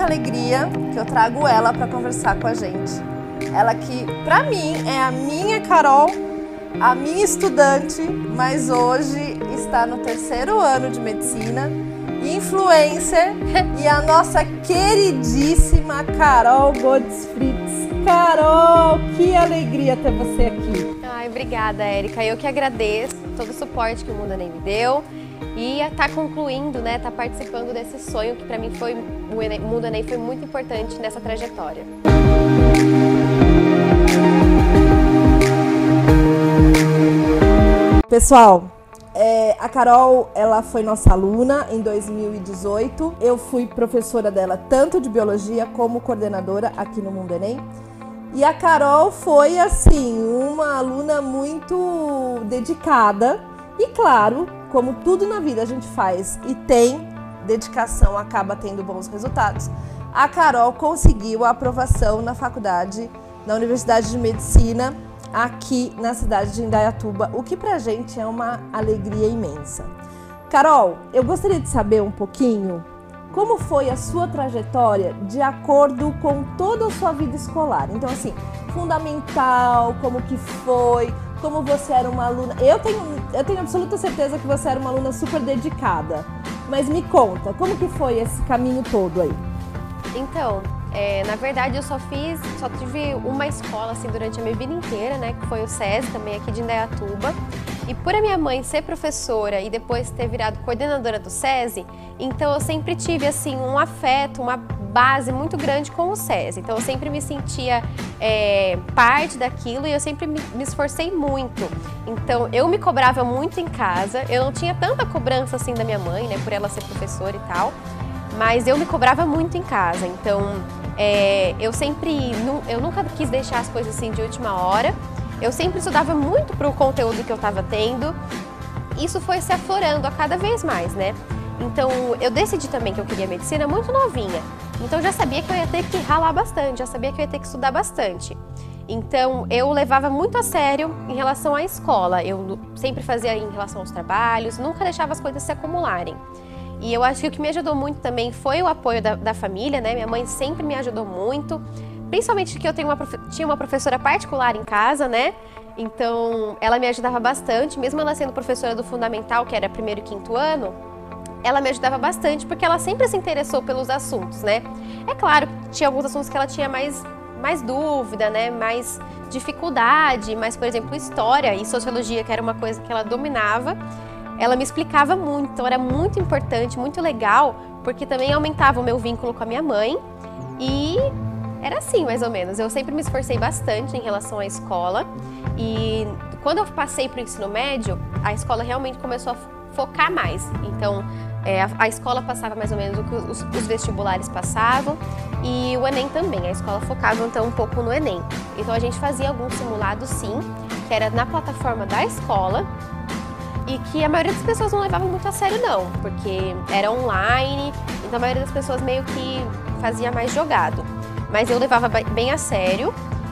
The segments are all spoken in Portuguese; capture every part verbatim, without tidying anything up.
muita alegria que eu trago ela para conversar com a gente. Ela que, para mim, é a minha Carol, a minha estudante, mas hoje está no terceiro ano de medicina, influencer e a nossa queridíssima Carol Godesfritz. Carol, que alegria ter você aqui. Ai, obrigada, Érica. Eu que agradeço todo o suporte que o Mundo Enem me deu e estar tá concluindo, né, tá participando desse sonho que para mim foi, o Enem, o Mundo Enem foi muito importante nessa trajetória. Pessoal, é, a Carol, ela foi nossa aluna em dois mil e dezoito. Eu fui professora dela tanto de biologia como coordenadora aqui no Mundo Enem. E a Carol foi, assim, uma aluna muito dedicada. E claro, como tudo na vida a gente faz e tem dedicação, acaba tendo bons resultados. A Carol conseguiu a aprovação na faculdade, na Universidade de Medicina, aqui na cidade de Indaiatuba, o que pra gente é uma alegria imensa. Carol, eu gostaria de saber um pouquinho como foi a sua trajetória de acordo com toda a sua vida escolar. Então, assim, fundamental, como que foi, como você era uma aluna. Eu tenho, eu tenho absoluta certeza que você era uma aluna super dedicada, mas me conta, como que foi esse caminho todo aí? Então, É, na verdade, eu só fiz, só tive uma escola assim durante a minha vida inteira, né? Que foi o SESI, também aqui de Indaiatuba. E por a minha mãe ser professora e depois ter virado coordenadora do SESI, então eu sempre tive assim um afeto, uma base muito grande com o SESI. Então eu sempre me sentia é, parte daquilo e eu sempre me, me esforcei muito. Então eu me cobrava muito em casa, eu não tinha tanta cobrança assim da minha mãe, né? Por ela ser professora e tal. Mas eu me cobrava muito em casa, então é, eu sempre, eu nunca quis deixar as coisas assim de última hora. Eu sempre estudava muito para o conteúdo que eu estava tendo. Isso foi se aflorando a cada vez mais, né? Então eu decidi também que eu queria medicina muito novinha. Então eu já sabia que eu ia ter que ralar bastante, já sabia que eu ia ter que estudar bastante. Então eu levava muito a sério em relação à escola. Eu sempre fazia em relação aos trabalhos, nunca deixava as coisas se acumularem. E eu acho que o que me ajudou muito também foi o apoio da, da família, né? Minha mãe sempre me ajudou muito, principalmente que eu tenho uma, tinha uma professora particular em casa, né? Então, ela me ajudava bastante, mesmo ela sendo professora do fundamental, que era primeiro e quinto ano, ela me ajudava bastante, porque ela sempre se interessou pelos assuntos, né? É claro que tinha alguns assuntos que ela tinha mais, mais dúvida, né? Mais dificuldade, mas, por exemplo, história e sociologia, que era uma coisa que ela dominava, ela me explicava muito, então era muito importante, muito legal, porque também aumentava o meu vínculo com a minha mãe e era assim, mais ou menos. Eu sempre me esforcei bastante em relação à escola e quando eu passei para o ensino médio, a escola realmente começou a focar mais. Então, é, a, a escola passava mais ou menos o que os, os vestibulares passavam e o Enem também. A escola focava então um pouco no Enem. Então, a gente fazia alguns simulados, sim, que era na plataforma da escola, e que a maioria das pessoas não levava muito a sério não, porque era online, então a maioria das pessoas meio que fazia mais jogado. Mas eu levava bem a sério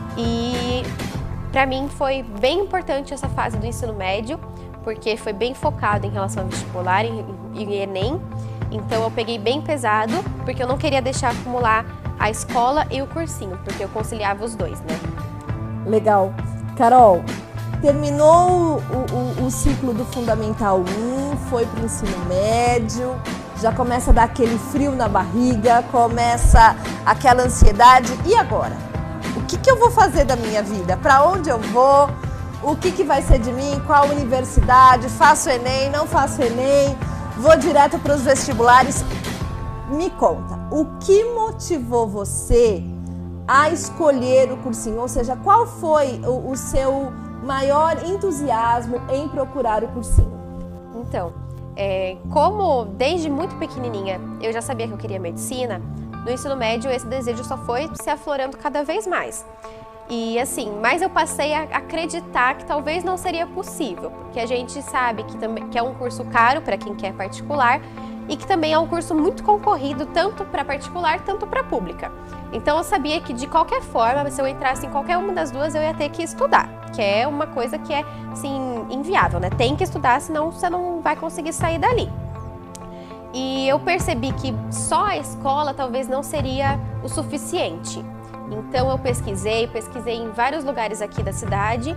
e pra mim foi bem importante essa fase do ensino médio, porque foi bem focado em relação ao vestibular e, e Enem, então eu peguei bem pesado, porque eu não queria deixar acumular a escola e o cursinho, porque eu conciliava os dois, né? Legal. Carol, terminou o, o, o ciclo do Fundamental um, foi para o ensino médio, já começa a dar aquele frio na barriga, começa aquela ansiedade. E agora? O que, que eu vou fazer da minha vida? Para onde eu vou? O que, que vai ser de mim? Qual universidade? Faço Enem? Não faço Enem? Vou direto para os vestibulares? Me conta, o que motivou você a escolher o cursinho? Ou seja, qual foi o, o seu maior entusiasmo em procurar o cursinho? Então, é, como desde muito pequenininha eu já sabia que eu queria medicina, no ensino médio esse desejo só foi se aflorando cada vez mais. E assim, mas eu passei a acreditar que talvez não seria possível, porque a gente sabe que, também, que é um curso caro para quem quer particular e que também é um curso muito concorrido tanto para particular, tanto para pública. Então eu sabia que de qualquer forma, se eu entrasse em qualquer uma das duas, eu ia ter que estudar, que é uma coisa que é, assim, inviável, né? Tem que estudar, senão você não vai conseguir sair dali. e eu percebi que só a escola talvez não seria o suficiente. Então eu pesquisei, pesquisei em vários lugares aqui da cidade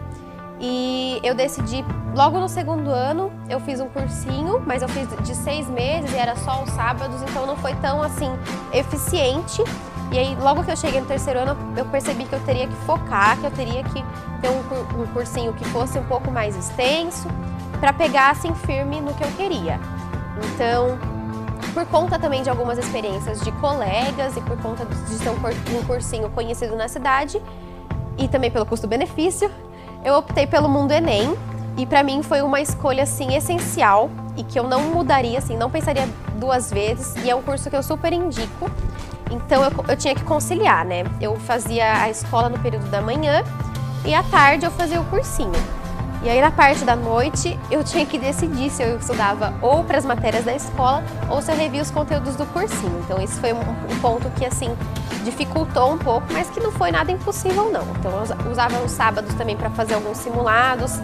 e eu decidi, logo no segundo ano, eu fiz um cursinho, mas eu fiz de seis meses e era só aos sábados, então não foi tão assim eficiente. E aí, logo que eu cheguei no terceiro ano, eu percebi que eu teria que focar, que eu teria que ter um, um cursinho que fosse um pouco mais extenso, para pegar assim firme no que eu queria. Então, por conta também de algumas experiências de colegas e por conta de ser um cursinho conhecido na cidade e também pelo custo-benefício, eu optei pelo Mundo Enem e para mim foi uma escolha assim essencial e que eu não mudaria, assim, não pensaria duas vezes, e é um curso que eu super indico. Então eu, eu tinha que conciliar, né? Eu fazia a escola no período da manhã e à tarde eu fazia o cursinho. E aí na parte da noite eu tinha que decidir se eu estudava ou para as matérias da escola ou se eu revia os conteúdos do cursinho. Então isso foi um, um ponto que assim dificultou um pouco, mas que não foi nada impossível não. Então eu usava os sábados também para fazer alguns simulados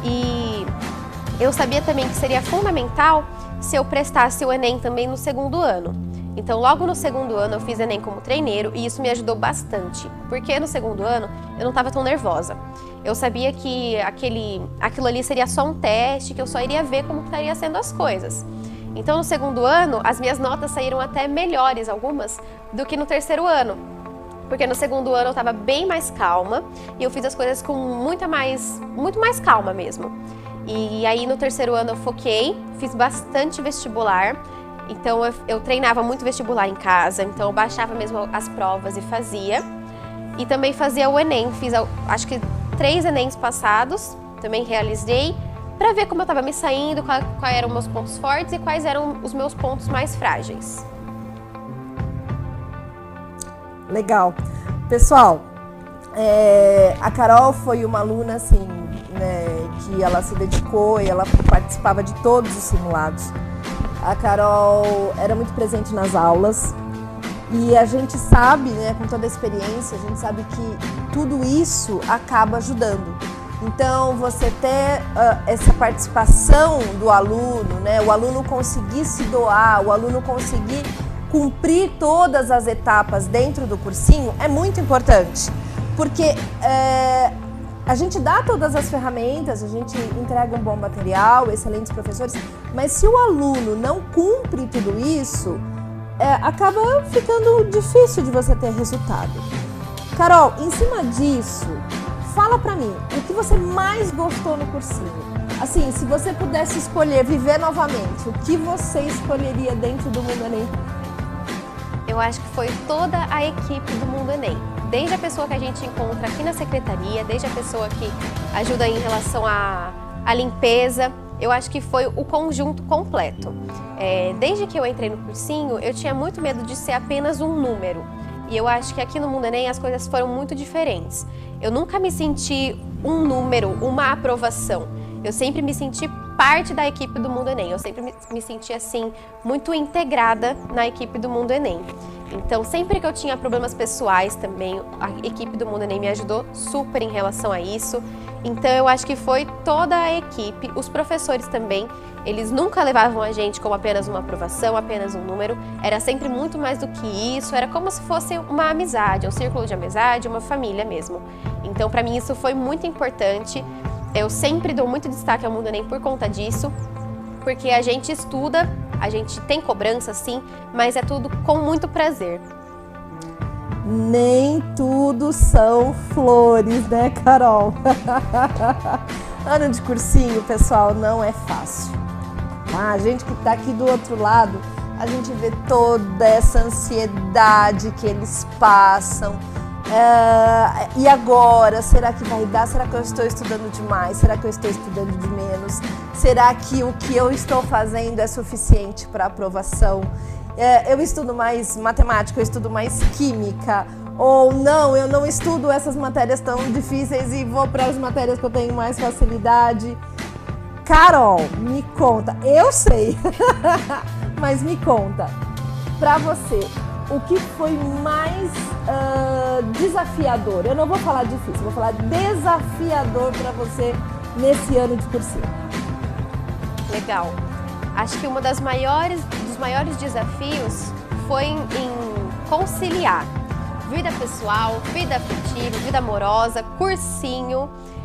e eu sabia também que seria fundamental se eu prestasse o Enem também no segundo ano. Então, logo no segundo ano, eu fiz Enem como treineiro e isso me ajudou bastante, porque no segundo ano eu não estava tão nervosa. Eu sabia que aquele, aquilo ali seria só um teste, que eu só iria ver como estaria sendo as coisas. Então, no segundo ano, as minhas notas saíram até melhores, algumas, do que no terceiro ano. Porque no segundo ano eu estava bem mais calma e eu fiz as coisas com muita mais, muito mais calma mesmo. E aí, no terceiro ano, eu foquei, fiz bastante vestibular. Então eu, eu treinava muito vestibular em casa, então eu baixava mesmo as provas e fazia. E também fazia o Enem, fiz acho que três Enems passados, também realizei, para ver como eu estava me saindo, quais qual eram meus pontos fortes e quais eram os meus pontos mais frágeis. Legal. Pessoal, é, a Carol foi uma aluna assim, né, que ela se dedicou e ela participava de todos os simulados. A Carol era muito presente nas aulas e a gente sabe, né, com toda a experiência, a gente sabe que tudo isso acaba ajudando. Então, você ter uh, essa participação do aluno, né, o aluno conseguir se doar, o aluno conseguir cumprir todas as etapas dentro do cursinho é muito importante, porque é, a gente dá todas as ferramentas, a gente entrega um bom material, excelentes professores, mas se o aluno não cumpre tudo isso, é, acaba ficando difícil de você ter resultado. Carol, em cima disso, fala pra mim, o que você mais gostou no cursinho? Assim, se você pudesse escolher viver novamente, o que você escolheria dentro do Mundo Enem? Eu acho que foi toda a equipe do Mundo Enem. Desde a pessoa que a gente encontra aqui na secretaria, desde a pessoa que ajuda em relação à, à limpeza, eu acho que foi o conjunto completo. É, desde que eu entrei no cursinho, eu tinha muito medo de ser apenas um número. E eu acho que aqui no Mundo Enem as coisas foram muito diferentes. Eu nunca me senti um número, uma aprovação. Eu sempre me senti parte da equipe do Mundo Enem. Eu sempre me, me senti assim, muito integrada na equipe do Mundo Enem. Então, sempre que eu tinha problemas pessoais também, a equipe do Mundo Enem me ajudou super em relação a isso. Então, eu acho que foi toda a equipe, os professores também, eles nunca levavam a gente como apenas uma aprovação, apenas um número. Era sempre muito mais do que isso, era como se fosse uma amizade, um círculo de amizade, uma família mesmo. Então, para mim, isso foi muito importante. Eu sempre dou muito destaque ao Mundo Enem por conta disso, porque a gente estuda, a gente tem cobrança sim, mas é tudo com muito prazer. Nem tudo são flores, né, Carol? Ano de cursinho, pessoal, não é fácil. Ah, a gente que tá aqui do outro lado, a gente vê toda essa ansiedade que eles passam. É, e agora, será que vai dar? Será que eu estou estudando demais? Será que eu estou estudando de menos? Será que o que eu estou fazendo é suficiente para aprovação? É, eu estudo mais matemática, eu estudo mais química? Ou não, eu não estudo essas matérias tão difíceis e vou para as matérias que eu tenho mais facilidade? Carol, me conta. Eu sei, mas me conta. Para você, o que foi mais uh, desafiador? Eu não vou falar difícil, vou falar desafiador para você nesse ano de cursinho. Legal. Acho que uma das maiores, dos maiores desafios foi em, em conciliar vida pessoal, vida afetiva, vida amorosa, cursinho,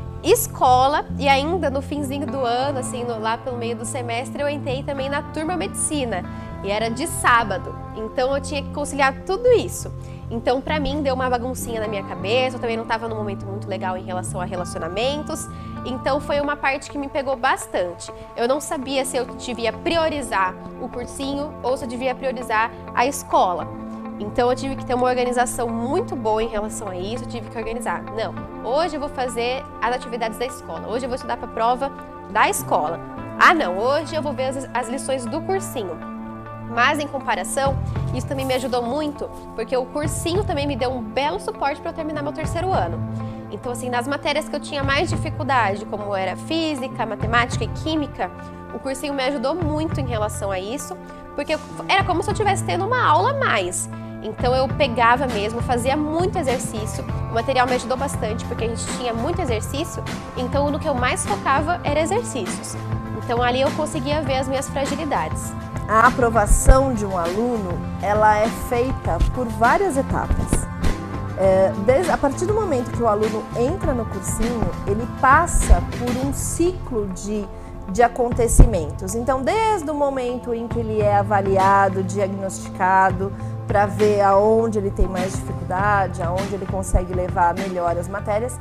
escola, e ainda no finzinho do ano, assim, no, lá pelo meio do semestre, eu entrei também na turma medicina, e era de sábado, então eu tinha que conciliar tudo isso. Então, pra mim, deu uma baguncinha na minha cabeça, eu também não estava num momento muito legal em relação a relacionamentos, então foi uma parte que me pegou bastante. Eu não sabia se eu devia priorizar o cursinho ou se eu devia priorizar a escola. Então eu tive que ter uma organização muito boa em relação a isso, eu tive que organizar. Não, hoje eu vou fazer as atividades da escola, hoje eu vou estudar para a prova da escola. Ah não, hoje eu vou ver as, as lições do cursinho. Mas em comparação, isso também me ajudou muito, porque o cursinho também me deu um belo suporte para eu terminar meu terceiro ano. Então assim, nas matérias que eu tinha mais dificuldade, como era física, matemática e química, o cursinho me ajudou muito em relação a isso, porque era como se eu estivesse tendo uma aula a mais. Então eu pegava mesmo, fazia muito exercício, o material me ajudou bastante porque a gente tinha muito exercício, então no que eu mais focava era exercícios. Então ali eu conseguia ver as minhas fragilidades. A aprovação de um aluno, ela é feita por várias etapas. É, desde, a partir do momento que o aluno entra no cursinho, ele passa por um ciclo de, de acontecimentos. Então desde o momento em que ele é avaliado, diagnosticado, para ver aonde ele tem mais dificuldade, aonde ele consegue levar melhor as matérias.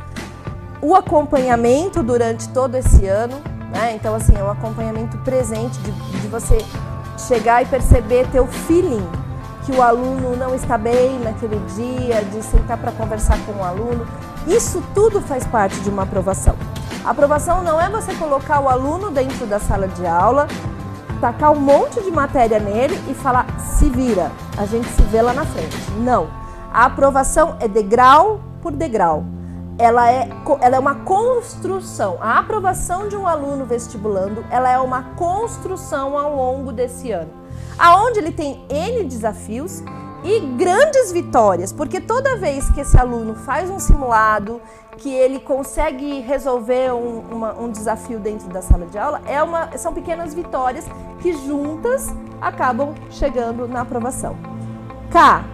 O acompanhamento durante todo esse ano, né? Então assim, é um acompanhamento presente de, de você chegar e perceber, ter o feeling que o aluno não está bem naquele dia, de sentar para conversar com o aluno. Isso tudo faz parte de uma aprovação. A aprovação não é você colocar o aluno dentro da sala de aula, tacar um monte de matéria nele e falar, se vira, a gente se vê lá na frente. Não. A aprovação é degrau por degrau. Ela é, ela é uma construção. A aprovação de um aluno vestibulando, ela é uma construção ao longo desse ano. Aonde ele tem N desafios e grandes vitórias, porque toda vez que esse aluno faz um simulado, que ele consegue resolver um, uma, um desafio dentro da sala de aula, é uma, são pequenas vitórias que juntas acabam chegando na aprovação. K.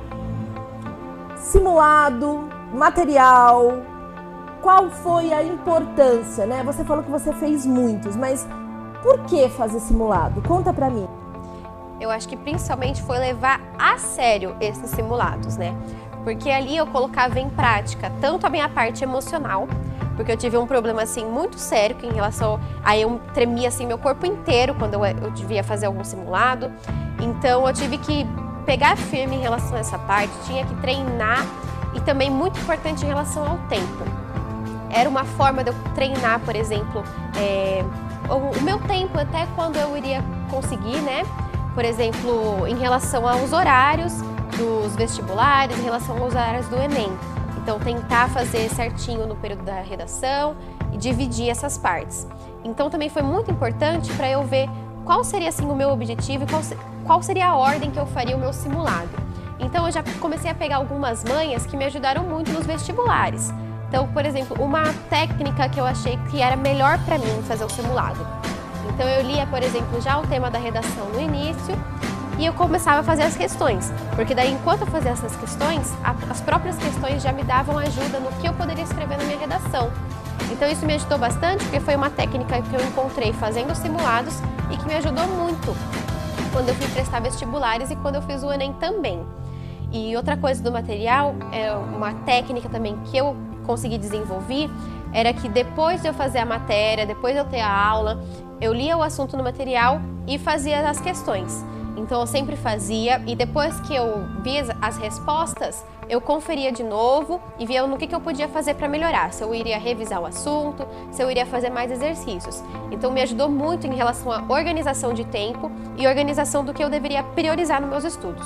Simulado, material, qual foi a importância, né? Você falou que você fez muitos, mas por que fazer simulado? Conta pra mim. Eu acho que principalmente foi levar a sério esses simulados, né? Porque ali eu colocava em prática tanto a minha parte emocional, porque eu tive um problema assim muito sério que em relação a eu tremia assim meu corpo inteiro quando eu, eu devia fazer algum simulado. Então eu tive que pegar firme em relação a essa parte, tinha que treinar e também muito importante em relação ao tempo. Era uma forma de eu treinar, por exemplo, é, o, o meu tempo até quando eu iria conseguir, né? Por exemplo, em relação aos horários dos vestibulares, em relação aos horários do Enem. Então, tentar fazer certinho no período da redação e dividir essas partes. Então, também foi muito importante para eu ver qual seria assim, o meu objetivo e qual, qual seria a ordem que eu faria o meu simulado. Então, eu já comecei a pegar algumas manhas que me ajudaram muito nos vestibulares. Então, por exemplo, uma técnica que eu achei que era melhor para mim fazer o simulado. Então eu lia, por exemplo, já o tema da redação no início e eu começava a fazer as questões, porque daí enquanto eu fazia essas questões, a, as próprias questões já me davam ajuda no que eu poderia escrever na minha redação. Então isso me ajudou bastante, porque foi uma técnica que eu encontrei fazendo simulados e que me ajudou muito quando eu fui prestar vestibulares e quando eu fiz o Enem também. E outra coisa do material, é uma técnica também que eu consegui desenvolver, era que depois de eu fazer a matéria, depois de eu ter a aula, eu lia o assunto no material e fazia as questões. Então eu sempre fazia e depois que eu via as respostas, eu conferia de novo e via no que, que eu podia fazer para melhorar. Se eu iria revisar o assunto, se eu iria fazer mais exercícios. Então me ajudou muito em relação à organização de tempo e organização do que eu deveria priorizar nos meus estudos.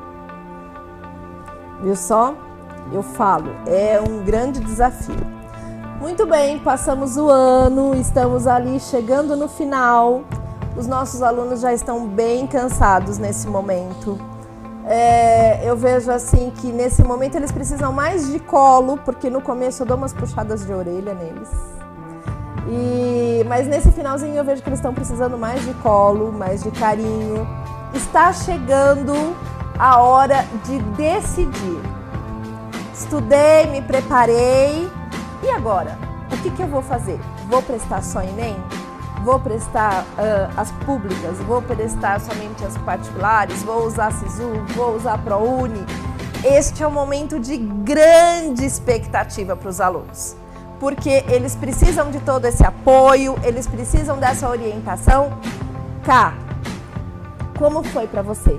Viu só? Eu falo, é um grande desafio. Muito bem, passamos o ano, estamos ali chegando no final. Os nossos alunos já estão bem cansados nesse momento. É, eu vejo assim que nesse momento eles precisam mais de colo, porque no começo eu dou umas puxadas de orelha neles. E, mas nesse finalzinho eu vejo que eles estão precisando mais de colo, mais de carinho. está chegando a hora de decidir. Estudei, me preparei, e agora? O que que eu vou fazer? Vou prestar só Enem? Vou prestar uh, as públicas? Vou prestar somente as particulares? Vou usar SISU? Vou usar ProUni? Este é um momento de grande expectativa para os alunos, porque eles precisam de todo esse apoio, eles precisam dessa orientação. Cá, como foi para você?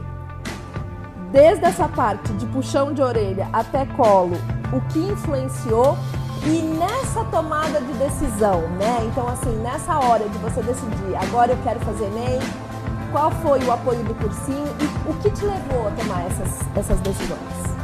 Desde essa parte de puxão de orelha até colo, o que influenciou? E nessa tomada de decisão, né? Então, assim, nessa hora de você decidir, agora eu quero fazer Enem, qual foi o apoio do cursinho e o que te levou a tomar essas, essas decisões?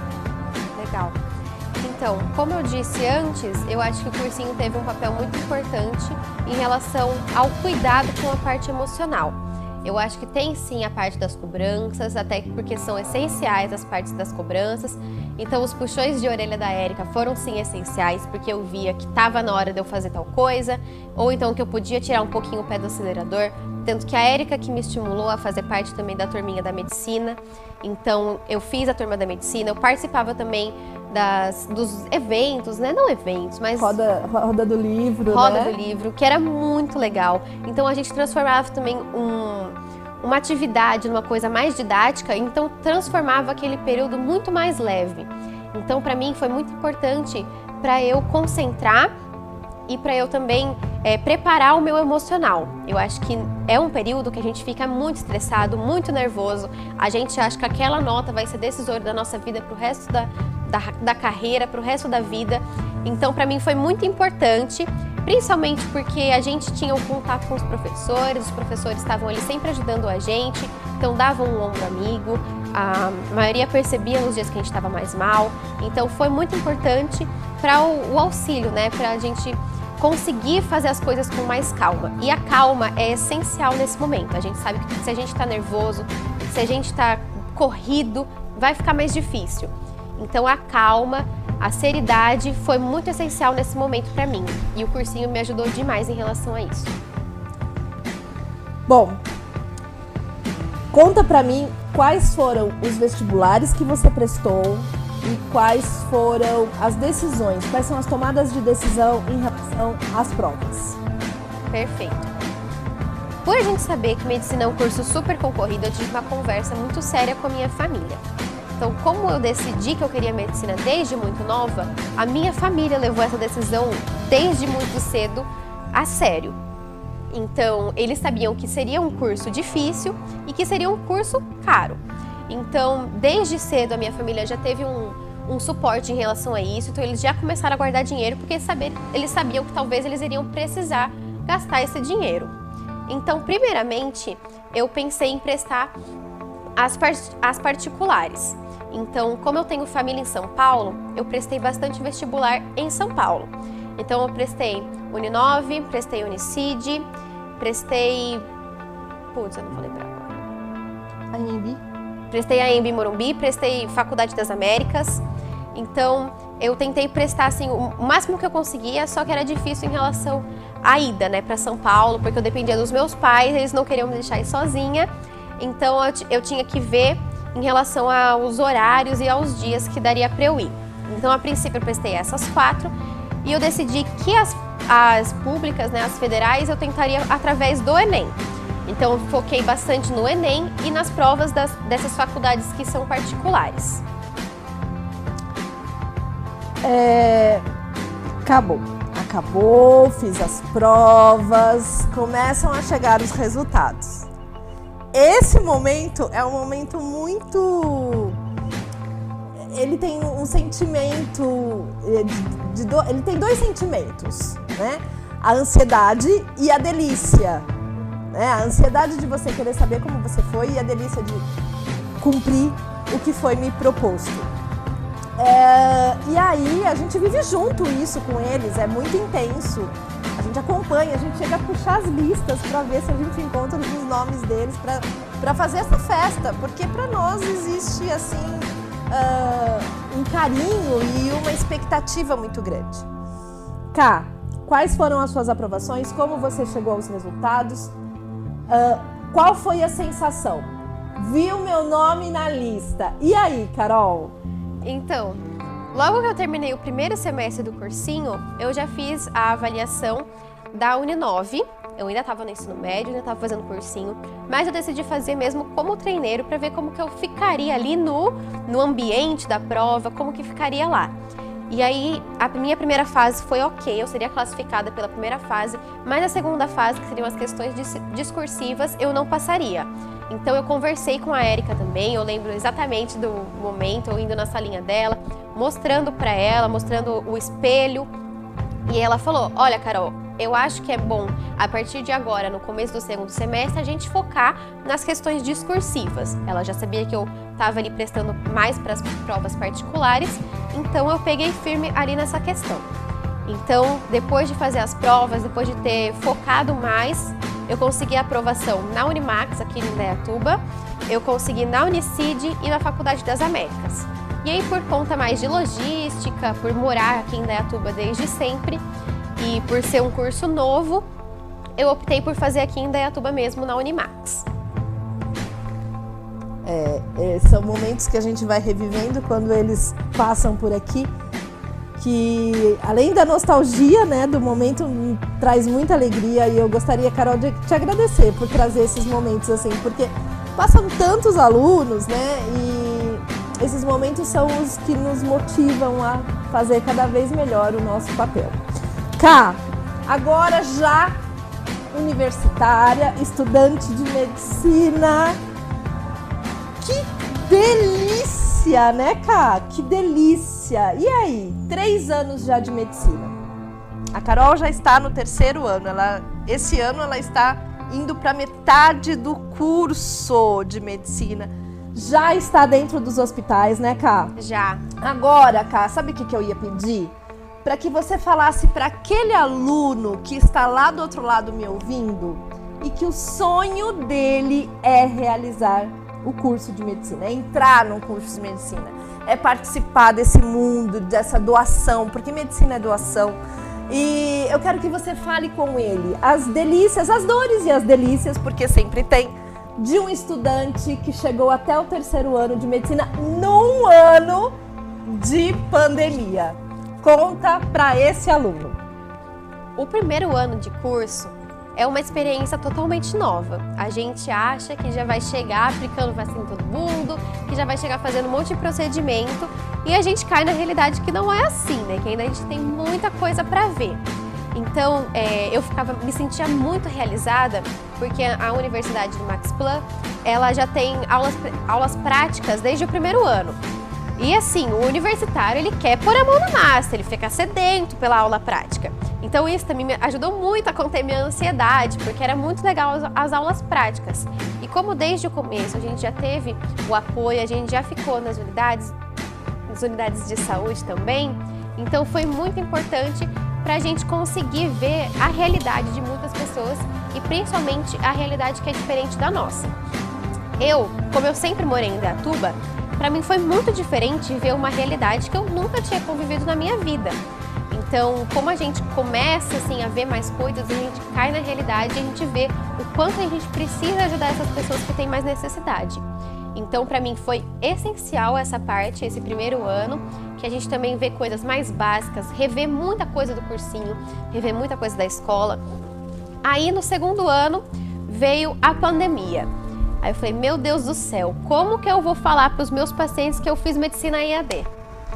Legal. Então, como eu disse antes, eu acho que o cursinho teve um papel muito importante em relação ao cuidado com a parte emocional. Eu acho que tem sim a parte das cobranças, até porque são essenciais as partes das cobranças. Então os puxões de orelha da Érica foram sim essenciais, porque eu via que estava na hora de eu fazer tal coisa, ou então que eu podia tirar um pouquinho o pé do acelerador. Tanto que a Érica que me estimulou a fazer parte também da turminha da medicina. Então eu fiz a turma da medicina, eu participava também das, dos eventos, né? Não eventos, mas... Roda, roda do livro, Roda né? do livro, que era muito legal. Então a gente transformava também um, uma atividade numa coisa mais didática, então transformava aquele período muito mais leve. Então para mim foi muito importante para eu concentrar e para eu também é, preparar o meu emocional. Eu acho que é um período que a gente fica muito estressado, muito nervoso. A gente acha que aquela nota vai ser decisora da nossa vida para o resto da, da, da carreira, para o resto da vida. Então, para mim foi muito importante, principalmente porque a gente tinha um contato com os professores, os professores estavam ali sempre ajudando a gente, então davam um ombro amigo, a maioria percebia nos dias que a gente estava mais mal. Então, foi muito importante para o, o auxílio, né, para a gente conseguir fazer as coisas com mais calma. E a calma é essencial nesse momento. A gente sabe que se a gente está nervoso, se a gente está corrido, vai ficar mais difícil. Então a calma, a seriedade foi muito essencial nesse momento para mim. E o cursinho me ajudou demais em relação a isso. Bom, conta pra mim quais foram os vestibulares que você prestou e quais foram as decisões, quais são as tomadas de decisão em relação às provas. Perfeito. Por a gente saber que medicina é um curso super concorrido, eu tive uma conversa muito séria com a minha família. Então, como eu decidi que eu queria medicina desde muito nova, a minha família levou essa decisão desde muito cedo a sério. Então, eles sabiam que seria um curso difícil e que seria um curso caro. Então, desde cedo, a minha família já teve um, um suporte em relação a isso. Então, eles já começaram a guardar dinheiro porque saber, eles sabiam que talvez eles iriam precisar gastar esse dinheiro. Então, primeiramente, eu pensei em prestar as, par as particulares. Então, como eu tenho família em São Paulo, eu prestei bastante vestibular em São Paulo. Então, eu prestei Uninove, prestei Unicid, prestei... Putz, eu não vou lembrar agora. A Embi? Prestei a Embi em Morumbi, prestei Faculdade das Américas. Então, eu tentei prestar assim, o máximo que eu conseguia, só que era difícil em relação à ida, né, para São Paulo, porque eu dependia dos meus pais, eles não queriam me deixar ir sozinha. Então, eu, eu tinha que ver em relação aos horários e aos dias que daria para eu ir. Então, a princípio, eu prestei essas quatro e eu decidi que as, as públicas, né, as federais, eu tentaria através do Enem. Então, eu foquei bastante no Enem e nas provas das, dessas faculdades que são particulares. É... Acabou. Acabou, fiz as provas, começam a chegar os resultados. Esse momento é um momento muito... Ele tem um sentimento... De, de do... Ele tem dois sentimentos, né? A ansiedade e a delícia. Né? A ansiedade de você querer saber como você foi e a delícia de cumprir o que foi me proposto. É, e aí a gente vive junto isso com eles, é muito intenso. A gente acompanha, a gente chega a puxar as listas para ver se a gente encontra os nomes deles para fazer essa festa, porque para nós existe assim uh, um carinho e uma expectativa muito grande. Cá, quais foram as suas aprovações? Como você chegou aos resultados? Uh, qual foi a sensação viu meu nome na lista. E aí, Carol? Então, logo que eu terminei o primeiro semestre do cursinho, eu já fiz a avaliação da Uninove. Eu ainda estava no ensino médio, ainda estava fazendo cursinho, mas eu decidi fazer mesmo como treineiro para ver como que eu ficaria ali no, no ambiente da prova, como que ficaria lá. E aí, a minha primeira fase foi ok, eu seria classificada pela primeira fase, mas a segunda fase, que seriam as questões discursivas, eu não passaria. Então eu conversei com a Érica também, eu lembro exatamente do momento, eu indo na salinha dela, mostrando para ela, mostrando o espelho, e ela falou, olha, Carol, eu acho que é bom, a partir de agora, no começo do segundo semestre, a gente focar nas questões discursivas. Ela já sabia que eu estava ali prestando mais para as provas particulares, então eu peguei firme ali nessa questão. Então, depois de fazer as provas, depois de ter focado mais, eu consegui a aprovação na Unimax, aqui em Indaiatuba, eu consegui na Unicid e na Faculdade das Américas. E aí, por conta mais de logística, por morar aqui em Indaiatuba desde sempre, e por ser um curso novo, eu optei por fazer aqui em Indaiatuba mesmo, na Unimax. É, é, são momentos que a gente vai revivendo quando eles passam por aqui, que além da nostalgia, né, do momento, me traz muita alegria. E eu gostaria, Carol, de te agradecer por trazer esses momentos assim, porque passam tantos alunos, né, e esses momentos são os que nos motivam a fazer cada vez melhor o nosso papel. Cá, agora já universitária, estudante de medicina. Que delícia, né, Cá? Que delícia! E aí, três anos já de medicina. A Carol já está no terceiro ano. Ela, esse ano ela está indo para metade do curso de medicina. Já está dentro dos hospitais, né, Cá? Já. Agora, Cá, sabe o que, que eu ia pedir? Para que você falasse para aquele aluno que está lá do outro lado me ouvindo e que o sonho dele é realizar o curso de medicina, é entrar num curso de medicina, é participar desse mundo, dessa doação, porque medicina é doação. E eu quero que você fale com ele as delícias, as dores e as delícias, porque sempre tem, de um estudante que chegou até o terceiro ano de medicina num ano de pandemia. Conta para esse aluno. O primeiro ano de curso é uma experiência totalmente nova. A gente acha que já vai chegar aplicando vacina em todo mundo, que já vai chegar fazendo um monte de procedimento, e a gente cai na realidade que não é assim, né? Que ainda a gente tem muita coisa para ver. Então, é, eu ficava, me sentia muito realizada, porque a Universidade do Max Planck, ela já tem aulas, aulas práticas desde o primeiro ano. E assim, o universitário, ele quer pôr a mão na massa, ele fica sedento pela aula prática. Então isso também me ajudou muito a conter minha ansiedade, porque era muito legal as, as aulas práticas. E como desde o começo a gente já teve o apoio, a gente já ficou nas unidades, nas unidades de saúde também, então foi muito importante para a gente conseguir ver a realidade de muitas pessoas e principalmente a realidade que é diferente da nossa. Eu, como eu sempre morei em Indaiatuba, para mim foi muito diferente ver uma realidade que eu nunca tinha convivido na minha vida. Então, como a gente começa assim, a ver mais coisas, a gente cai na realidade e a gente vê o quanto a gente precisa ajudar essas pessoas que têm mais necessidade. Então, para mim foi essencial essa parte, esse primeiro ano, que a gente também vê coisas mais básicas, rever muita coisa do cursinho, rever muita coisa da escola. Aí, no segundo ano, veio a pandemia. Aí eu falei, meu Deus do céu, como que eu vou falar para os meus pacientes que eu fiz medicina E A D?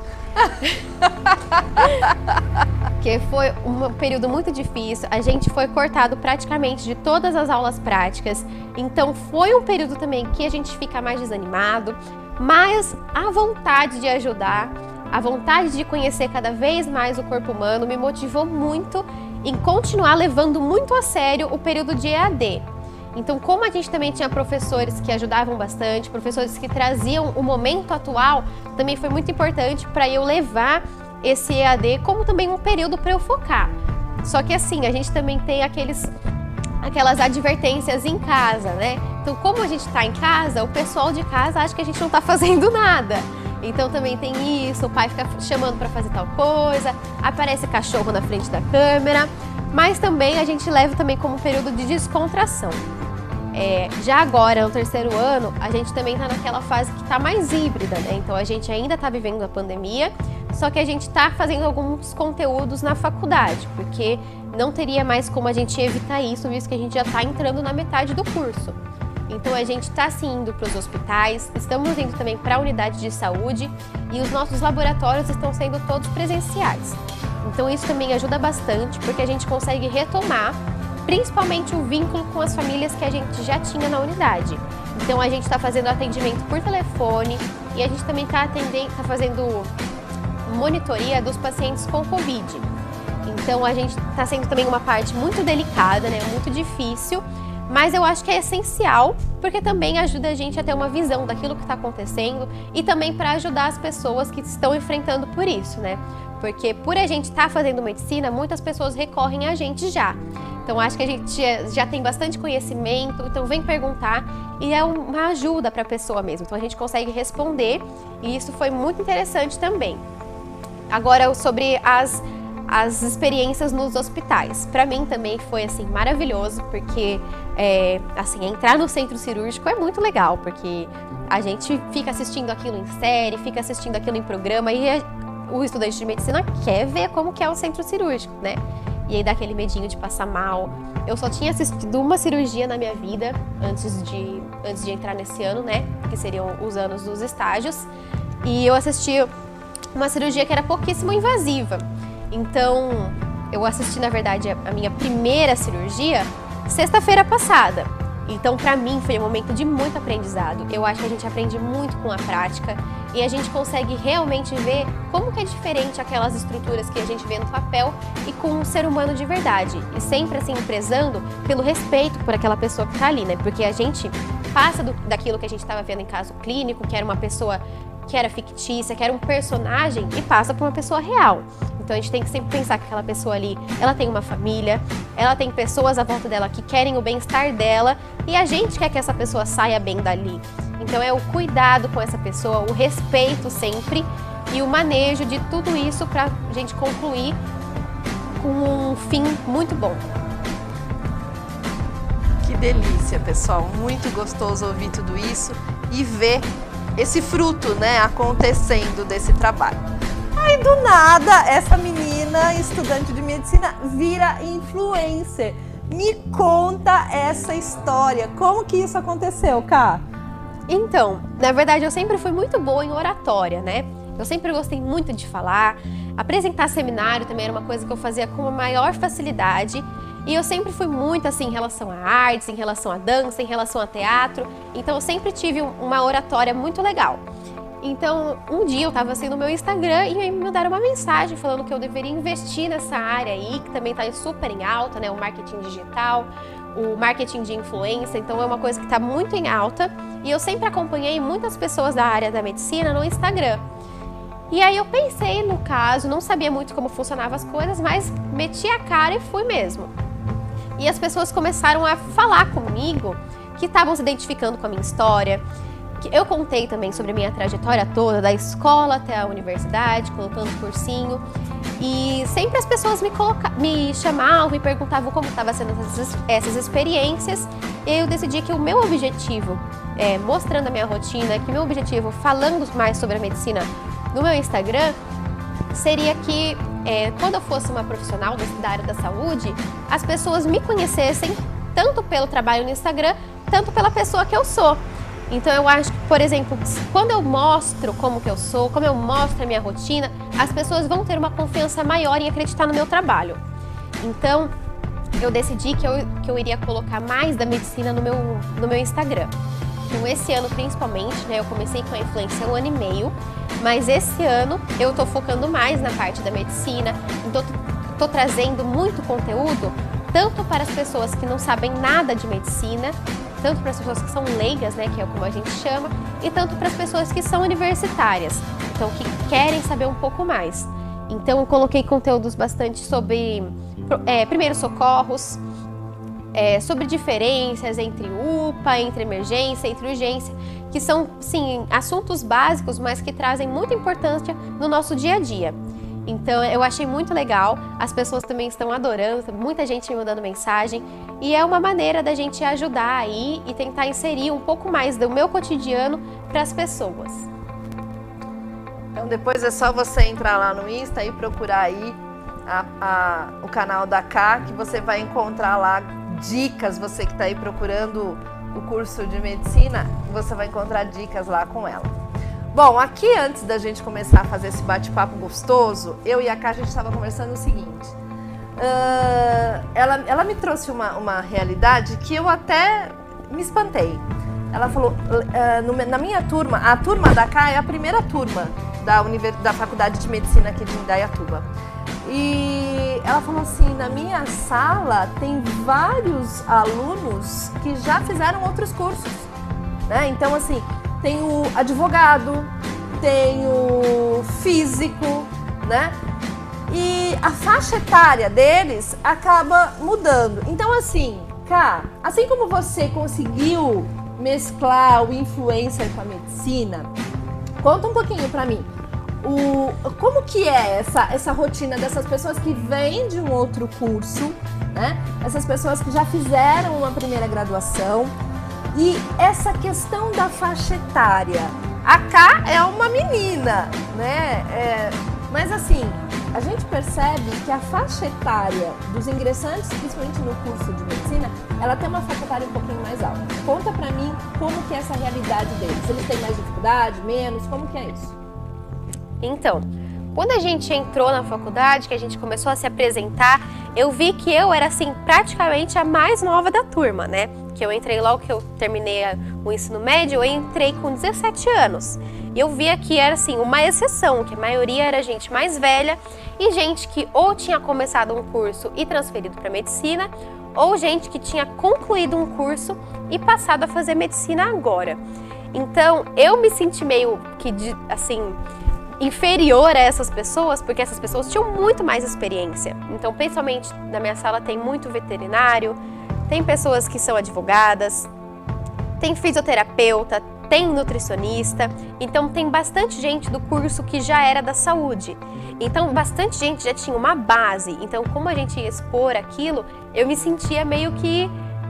Que foi um período muito difícil, a gente foi cortado praticamente de todas as aulas práticas, então foi um período também que a gente fica mais desanimado, mas a vontade de ajudar, a vontade de conhecer cada vez mais o corpo humano me motivou muito em continuar levando muito a sério o período de E A D. Então, como a gente também tinha professores que ajudavam bastante, professores que traziam o momento atual, também foi muito importante para eu levar esse E A D como também um período para eu focar. Só que assim, a gente também tem aqueles, aquelas advertências em casa, né? Então, como a gente está em casa, o pessoal de casa acha que a gente não está fazendo nada. Então também tem isso, o pai fica chamando para fazer tal coisa, aparece cachorro na frente da câmera, mas também a gente leva também como um período de descontração. É, já agora, no terceiro ano, a gente também está naquela fase que está mais híbrida, né? Então a gente ainda está vivendo a pandemia, só que a gente está fazendo alguns conteúdos na faculdade, porque não teria mais como a gente evitar isso, visto que a gente já está entrando na metade do curso. Então a gente está sim indo para os hospitais, estamos indo também para a unidade de saúde e os nossos laboratórios estão sendo todos presenciais. Então isso também ajuda bastante, porque a gente consegue retomar principalmente o vínculo com as famílias que a gente já tinha na unidade. Então a gente está fazendo atendimento por telefone e a gente também está atendendo, está fazendo monitoria dos pacientes com Covid. Então a gente está sendo também uma parte muito delicada, né, muito difícil, mas eu acho que é essencial, porque também ajuda a gente a ter uma visão daquilo que está acontecendo e também para ajudar as pessoas que estão enfrentando por isso, né? Porque por a gente estar tá fazendo medicina, muitas pessoas recorrem a gente já. Então acho que a gente já tem bastante conhecimento, então vem perguntar e é uma ajuda para a pessoa mesmo. Então a gente consegue responder e isso foi muito interessante também. Agora sobre as, as experiências nos hospitais. Para mim também foi assim maravilhoso, porque é, assim, entrar no centro cirúrgico é muito legal, porque a gente fica assistindo aquilo em série, fica assistindo aquilo em programa e a, o estudante de medicina quer ver como que é o centro cirúrgico, né? E aí dá aquele medinho de passar mal. Eu só tinha assistido uma cirurgia na minha vida antes de, antes de entrar nesse ano, né? Que seriam os anos dos estágios. E eu assisti uma cirurgia que era pouquíssimo invasiva. Então, eu assisti, na verdade, a minha primeira cirurgia sexta-feira passada. Então, pra mim, foi um momento de muito aprendizado. Eu acho que a gente aprende muito com a prática e a gente consegue realmente ver como que é diferente aquelas estruturas que a gente vê no papel e com um ser humano de verdade. E sempre, assim, prezando pelo respeito por aquela pessoa que tá ali, né? Porque a gente passa do, daquilo que a gente estava vendo em caso clínico, que era uma pessoa que era fictícia, que era um personagem, e passa por uma pessoa real. Então a gente tem que sempre pensar que aquela pessoa ali, ela tem uma família, ela tem pessoas à volta dela que querem o bem-estar dela e a gente quer que essa pessoa saia bem dali. Então é o cuidado com essa pessoa, o respeito sempre e o manejo de tudo isso para a gente concluir com um fim muito bom. Que delícia, pessoal! Muito gostoso ouvir tudo isso e ver esse fruto, né, acontecendo desse trabalho. Aí do nada, essa menina, estudante de medicina, vira influencer. Me conta essa história. Como que isso aconteceu, Ká? Então, na verdade, eu sempre fui muito boa em oratória, né? Eu sempre gostei muito de falar. Apresentar seminário também era uma coisa que eu fazia com a maior facilidade. E eu sempre fui muito assim em relação a artes, em relação a dança, em relação a teatro. Então eu sempre tive uma oratória muito legal. Então um dia eu estava assim no meu Instagram e me mandaram uma mensagem falando que eu deveria investir nessa área aí, que também está super em alta, né? O marketing digital, o marketing de influência. Então é uma coisa que está muito em alta. E eu sempre acompanhei muitas pessoas da área da medicina no Instagram. E aí eu pensei no caso, não sabia muito como funcionavam as coisas, mas meti a cara e fui mesmo. E as pessoas começaram a falar comigo que estavam se identificando com a minha história. Que eu contei também sobre a minha trajetória toda, da escola até a universidade, colocando cursinho. E sempre as pessoas me, coloca... me chamavam e perguntavam como estavam sendo essas, essas experiências. E eu decidi que o meu objetivo, é, mostrando a minha rotina, que o meu objetivo falando mais sobre a medicina no meu Instagram, seria que é, quando eu fosse uma profissional da área da saúde, as pessoas me conhecessem tanto pelo trabalho no Instagram, tanto pela pessoa que eu sou. Então eu acho que, por exemplo, quando eu mostro como que eu sou, como eu mostro a minha rotina, as pessoas vão ter uma confiança maior em acreditar no meu trabalho. Então eu decidi que eu, que eu iria colocar mais da medicina no meu, no meu Instagram. Então esse ano principalmente, né, eu comecei com a influência há um ano e meio, mas esse ano eu tô focando mais na parte da medicina, então tô trazendo muito conteúdo, tanto para as pessoas que não sabem nada de medicina, tanto para as pessoas que são leigas, né, que é como a gente chama, e tanto para as pessoas que são universitárias, então que querem saber um pouco mais. Então eu coloquei conteúdos bastante sobre é, primeiros socorros, É, sobre diferenças entre U P A, entre emergência, entre urgência, que são, sim, assuntos básicos, mas que trazem muita importância no nosso dia a dia. Então eu achei muito legal, as pessoas também estão adorando, muita gente me mandando mensagem e é uma maneira da gente ajudar aí e tentar inserir um pouco mais do meu cotidiano para as pessoas. Então depois é só você entrar lá no Insta e procurar aí a, a, o canal da Ká, que você vai encontrar lá dicas, você que está aí procurando o curso de medicina, você vai encontrar dicas lá com ela. Bom, aqui antes da gente começar a fazer esse bate-papo gostoso, eu e a Ká, a gente estava conversando o seguinte, uh, ela, ela me trouxe uma, uma realidade que eu até me espantei. Ela falou, uh, no, na minha turma, a turma da Ká é a primeira turma da, univers, da Faculdade de Medicina aqui de Indaiatuba. E ela falou assim, na minha sala tem vários alunos que já fizeram outros cursos, né? Então assim, tem o advogado, tem o físico, né? E a faixa etária deles acaba mudando. Então assim, Ká, assim como você conseguiu mesclar o influencer com a medicina, conta um pouquinho pra mim. O, como que é essa, essa rotina dessas pessoas que vêm de um outro curso, né? Essas pessoas que já fizeram uma primeira graduação e essa questão da faixa etária. A Ká é uma menina, né? É, mas assim, a gente percebe que a faixa etária dos ingressantes, principalmente no curso de medicina, ela tem uma faixa etária um pouquinho mais alta. Conta pra mim como que é essa realidade deles. Eles têm mais dificuldade, menos? Como que é isso? Então, quando a gente entrou na faculdade, que a gente começou a se apresentar, eu vi que eu era, assim, praticamente a mais nova da turma, né? Que eu entrei logo que eu terminei o ensino médio, eu entrei com dezessete anos. E eu via que era, assim, uma exceção, que a maioria era gente mais velha e gente que ou tinha começado um curso e transferido para medicina, ou gente que tinha concluído um curso e passado a fazer medicina agora. Então, eu me senti meio que, assim, inferior a essas pessoas, porque essas pessoas tinham muito mais experiência. Então, principalmente na minha sala tem muito veterinário, tem pessoas que são advogadas, tem fisioterapeuta, tem nutricionista, então tem bastante gente do curso que já era da saúde. Então, bastante gente já tinha uma base. Então, como a gente ia expor aquilo, eu me sentia meio que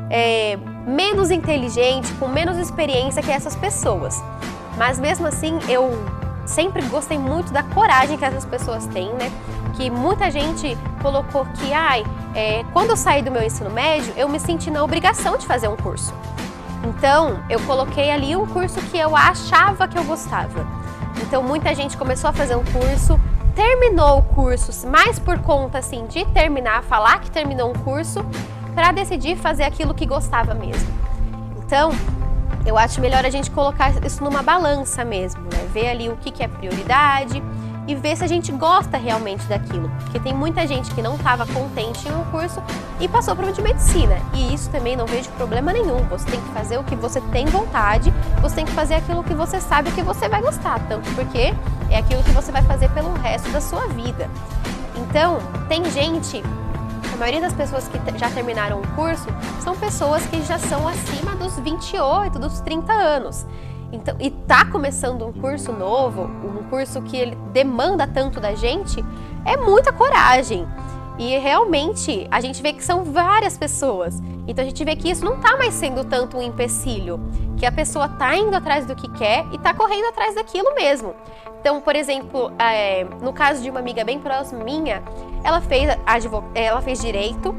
é, menos inteligente, com menos experiência que essas pessoas. Mas mesmo assim, eu sempre gostei muito da coragem que essas pessoas têm, né? Que muita gente colocou que, ai, é, quando eu saí do meu ensino médio, eu me senti na obrigação de fazer um curso. Então, eu coloquei ali um curso que eu achava que eu gostava. Então, muita gente começou a fazer um curso, terminou o curso, mais por conta, assim, de terminar, falar que terminou um curso, para decidir fazer aquilo que gostava mesmo. Então, eu acho melhor a gente colocar isso numa balança mesmo, né? Ver ali o que, que é prioridade e ver se a gente gosta realmente daquilo. Porque tem muita gente que não estava contente em um curso e passou para o de medicina. E isso também não vejo problema nenhum. Você tem que fazer o que você tem vontade, você tem que fazer aquilo que você sabe que você vai gostar. Tanto porque é aquilo que você vai fazer pelo resto da sua vida. Então, tem gente... A maioria das pessoas que já terminaram o curso são pessoas que já são acima dos vinte e oito, dos trinta anos. Então, e tá começando um curso novo, um curso que ele demanda tanto da gente, é muita coragem. E realmente a gente vê que são várias pessoas. Então a gente vê que isso não tá mais sendo tanto um empecilho, que a pessoa tá indo atrás do que quer e tá correndo atrás daquilo mesmo. Então, por exemplo, é, no caso de uma amiga bem próxima minha, ela fez, advog... ela fez direito,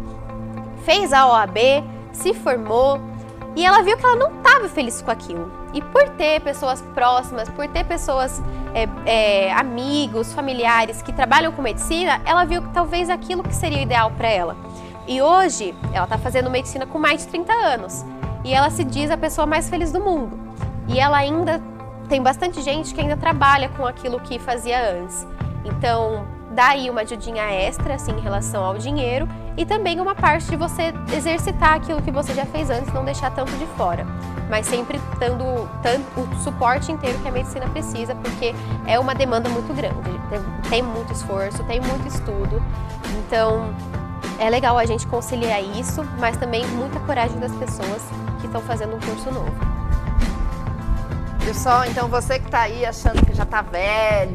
fez a O A B, se formou e ela viu que ela não estava feliz com aquilo. E por ter pessoas próximas, por ter pessoas, é, é, amigos, familiares que trabalham com medicina, ela viu que talvez aquilo que seria o ideal para ela. E hoje, ela está fazendo medicina com mais de trinta anos e ela se diz a pessoa mais feliz do mundo. E ela ainda... Tem bastante gente que ainda trabalha com aquilo que fazia antes. Então, dá aí uma ajudinha extra, assim, em relação ao dinheiro e também uma parte de você exercitar aquilo que você já fez antes, não deixar tanto de fora. Mas sempre dando tanto, o suporte inteiro que a medicina precisa, porque é uma demanda muito grande. Tem, tem muito esforço, tem muito estudo. Então, é legal a gente conciliar isso, mas também muita coragem das pessoas que estão fazendo um curso novo. Pessoal, então você que está aí achando que já está velho,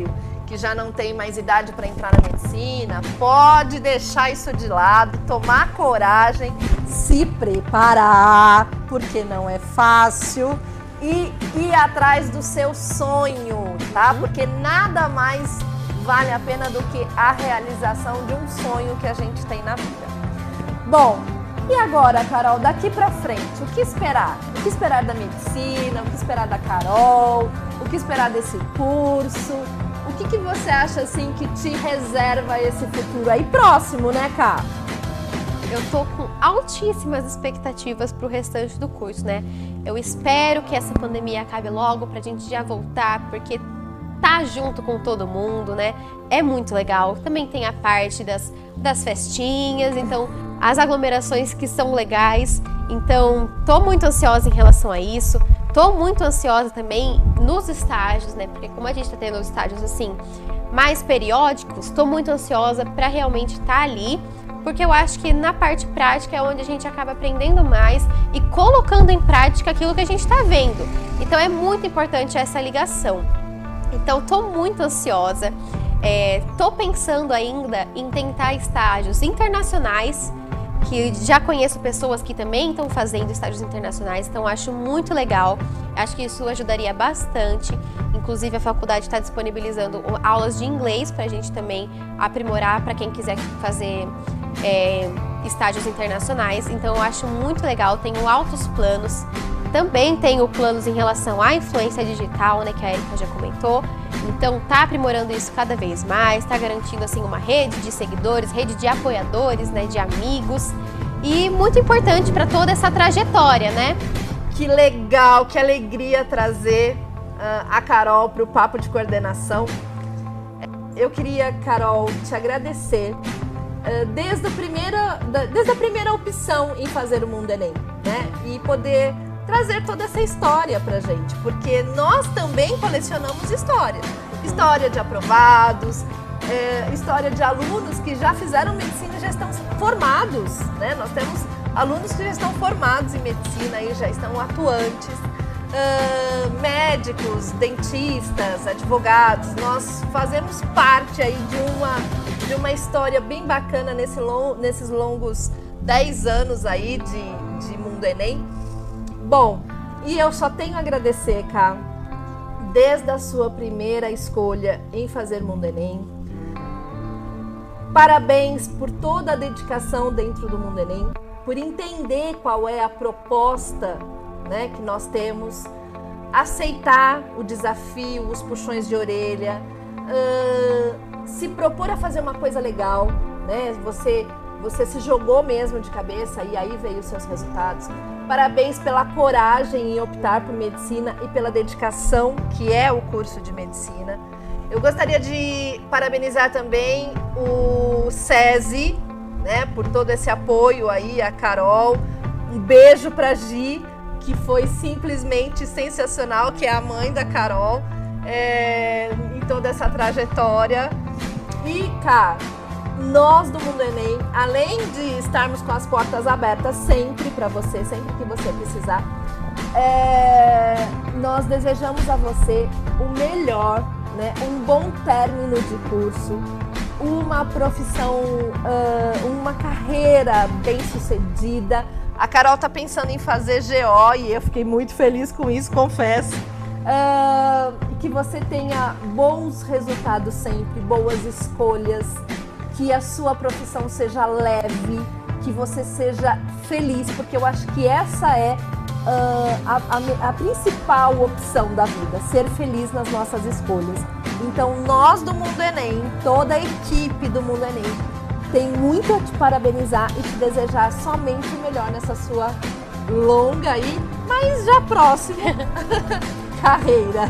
que já não tem mais idade para entrar na medicina, pode deixar isso de lado, tomar coragem, se preparar, porque não é fácil, e ir atrás do seu sonho, tá? Porque nada mais vale a pena do que a realização de um sonho que a gente tem na vida. Bom, e agora, Carol, daqui pra frente, o que esperar? O que esperar da medicina, o que esperar da Carol, o que esperar desse curso? O que, que você acha, assim, que te reserva esse futuro aí próximo, né, Cá? Eu tô com altíssimas expectativas pro restante do curso, né? Eu espero que essa pandemia acabe logo pra gente já voltar, porque tá junto com todo mundo, né? É muito legal. Também tem a parte das, das festinhas, então as aglomerações que são legais. Então, tô muito ansiosa em relação a isso. Tô muito ansiosa também nos estágios, né? Porque como a gente tá tendo estágios assim mais periódicos, tô muito ansiosa para realmente estar ali, porque eu acho que na parte prática é onde a gente acaba aprendendo mais e colocando em prática aquilo que a gente está vendo. Então é muito importante essa ligação. Então tô muito ansiosa, é, tô pensando ainda em tentar estágios internacionais, que já conheço pessoas que também estão fazendo estágios internacionais, então acho muito legal, acho que isso ajudaria bastante. Inclusive a faculdade está disponibilizando aulas de inglês para a gente também aprimorar para quem quiser fazer é, estágios internacionais, então eu acho muito legal, tenho altos planos. Também tenho planos em relação à influência digital, né, que a Erika já comentou. Então tá aprimorando isso cada vez mais, tá garantindo assim uma rede de seguidores, rede de apoiadores, né, de amigos. E muito importante para toda essa trajetória, né? Que legal, que alegria trazer uh, a Carol para o Papo de Coordenação. Eu queria, Carol, te agradecer uh, desde, a primeira, da, desde a primeira opção em fazer o Mundo Enem, né? E poder trazer toda essa história pra gente, porque nós também colecionamos histórias. História de aprovados, é, história de alunos que já fizeram medicina e já estão formados, né? Nós temos alunos que já estão formados em medicina e já estão atuantes, uh, médicos, dentistas, advogados. Nós fazemos parte aí de uma, de uma história bem bacana nesse long, nesses longos dez anos aí de, de Mundo Enem. Bom, e eu só tenho a agradecer, Cá, desde a sua primeira escolha em fazer Mundo Enem. Parabéns por toda a dedicação dentro do Mundo Enem, por entender qual é a proposta, né, que nós temos, aceitar o desafio, os puxões de orelha, uh, se propor a fazer uma coisa legal, né? Você, você se jogou mesmo de cabeça e aí veio os seus resultados. Parabéns pela coragem em optar por medicina e pela dedicação que é o curso de medicina. Eu gostaria de parabenizar também o SESI, né, por todo esse apoio aí, a Carol. Um beijo pra Gi, que foi simplesmente sensacional, que é a mãe da Carol, é, em toda essa trajetória. E, cara, nós do Mundo Enem, além de estarmos com as portas abertas sempre para você, sempre que você precisar, é, nós desejamos a você o melhor, né, um bom término de curso, uma profissão, uh, uma carreira bem sucedida. A Carol tá pensando em fazer G O e eu fiquei muito feliz com isso, confesso. Uh, que você tenha bons resultados sempre, boas escolhas, que a sua profissão seja leve, que você seja feliz, porque eu acho que essa é uh, a, a, a principal opção da vida, ser feliz nas nossas escolhas. Então nós do Mundo Enem, toda a equipe do Mundo Enem, tem muito a te parabenizar e te desejar somente o melhor nessa sua longa e, mas já próxima carreira.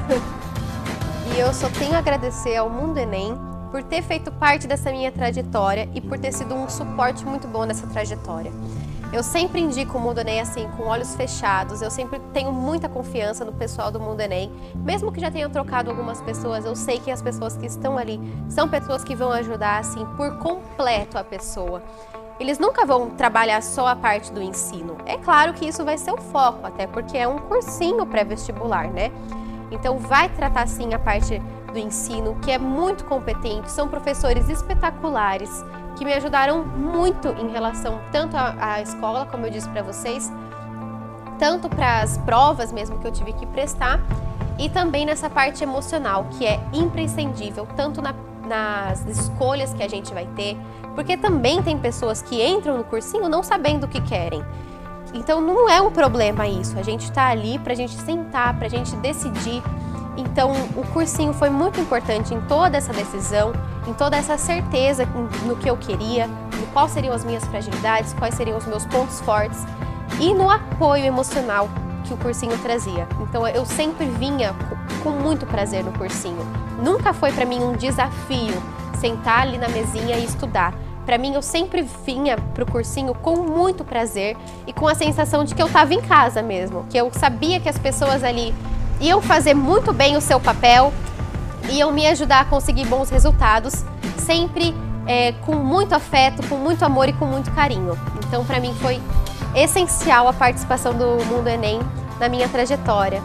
E eu só tenho a agradecer ao Mundo Enem por ter feito parte dessa minha trajetória e por ter sido um suporte muito bom nessa trajetória. Eu sempre indico o Mundo Enem assim, com olhos fechados, eu sempre tenho muita confiança no pessoal do Mundo Enem. Mesmo que já tenham trocado algumas pessoas, eu sei que as pessoas que estão ali são pessoas que vão ajudar assim, por completo a pessoa. Eles nunca vão trabalhar só a parte do ensino. É claro que isso vai ser o foco, até porque é um cursinho pré-vestibular, né? Então vai tratar sim a parte do ensino, que é muito competente, são professores espetaculares, que me ajudaram muito em relação tanto à, à escola, como eu disse para vocês, tanto para as provas mesmo que eu tive que prestar, e também nessa parte emocional, que é imprescindível, tanto na, nas escolhas que a gente vai ter, porque também tem pessoas que entram no cursinho não sabendo o que querem. Então não é um problema isso, a gente está ali para a gente sentar, para a gente decidir. Então o cursinho foi muito importante em toda essa decisão, em toda essa certeza no que eu queria, no quais seriam as minhas fragilidades, quais seriam os meus pontos fortes e no apoio emocional que o cursinho trazia. Então eu sempre vinha com muito prazer no cursinho. Nunca foi para mim um desafio sentar ali na mesinha e estudar. Para mim, eu sempre vinha para o cursinho com muito prazer e com a sensação de que eu estava em casa mesmo, que eu sabia que as pessoas ali iam fazer muito bem o seu papel, iam me ajudar a conseguir bons resultados, sempre é, com muito afeto, com muito amor e com muito carinho. Então, para mim, foi essencial a participação do Mundo Enem na minha trajetória.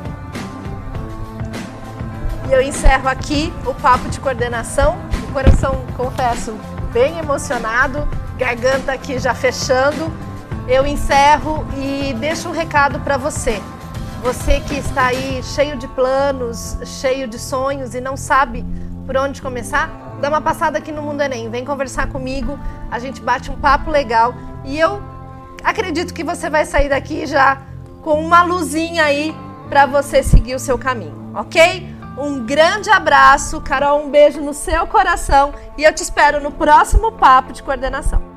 E eu encerro aqui o papo de coordenação, o coração, confesso, bem emocionado, garganta aqui já fechando. Eu encerro e deixo um recado para você. Você que está aí cheio de planos, cheio de sonhos e não sabe por onde começar, dá uma passada aqui no Mundo Enem. Vem conversar comigo, a gente bate um papo legal e eu acredito que você vai sair daqui já com uma luzinha aí para você seguir o seu caminho, ok? Um grande abraço, Carol, um beijo no seu coração e eu te espero no próximo Papo de Coordenação.